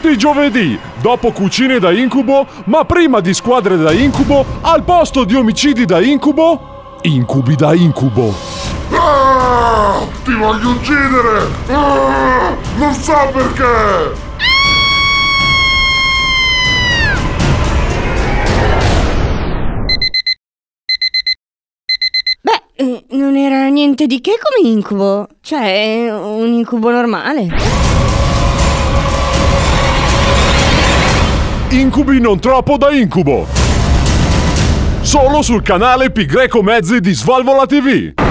Tutti i giovedì, dopo Cucine da Incubo, ma prima di Squadre da Incubo, al posto di Omicidi da Incubo, Incubi da Incubo. Ti voglio uccidere! Non so perché! Non era niente di che come incubo. Cioè, un incubo normale. Incubi non troppo da Incubo. Solo sul canale Pi Greco Mezzi di Svalvola TV.